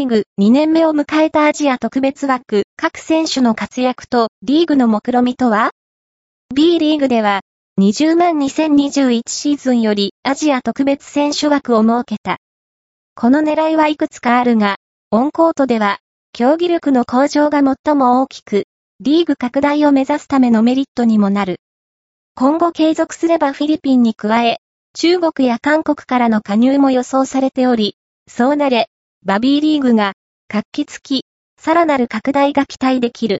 ーグ2年目を迎えたアジア特別枠各選手の活躍とリーグの目論見とは？ B リーグでは20万2021シーズンよりアジア特別選手枠を設けた。この狙いはいくつかあるが、オンコートでは競技力の向上が最も大きく、リーグ拡大を目指すためのメリットにもなる。今後継続すればフィリピンに加え、中国や韓国からの加入も予想されており、そうなれ、バビーリーグが活気づき、さらなる拡大が期待できる。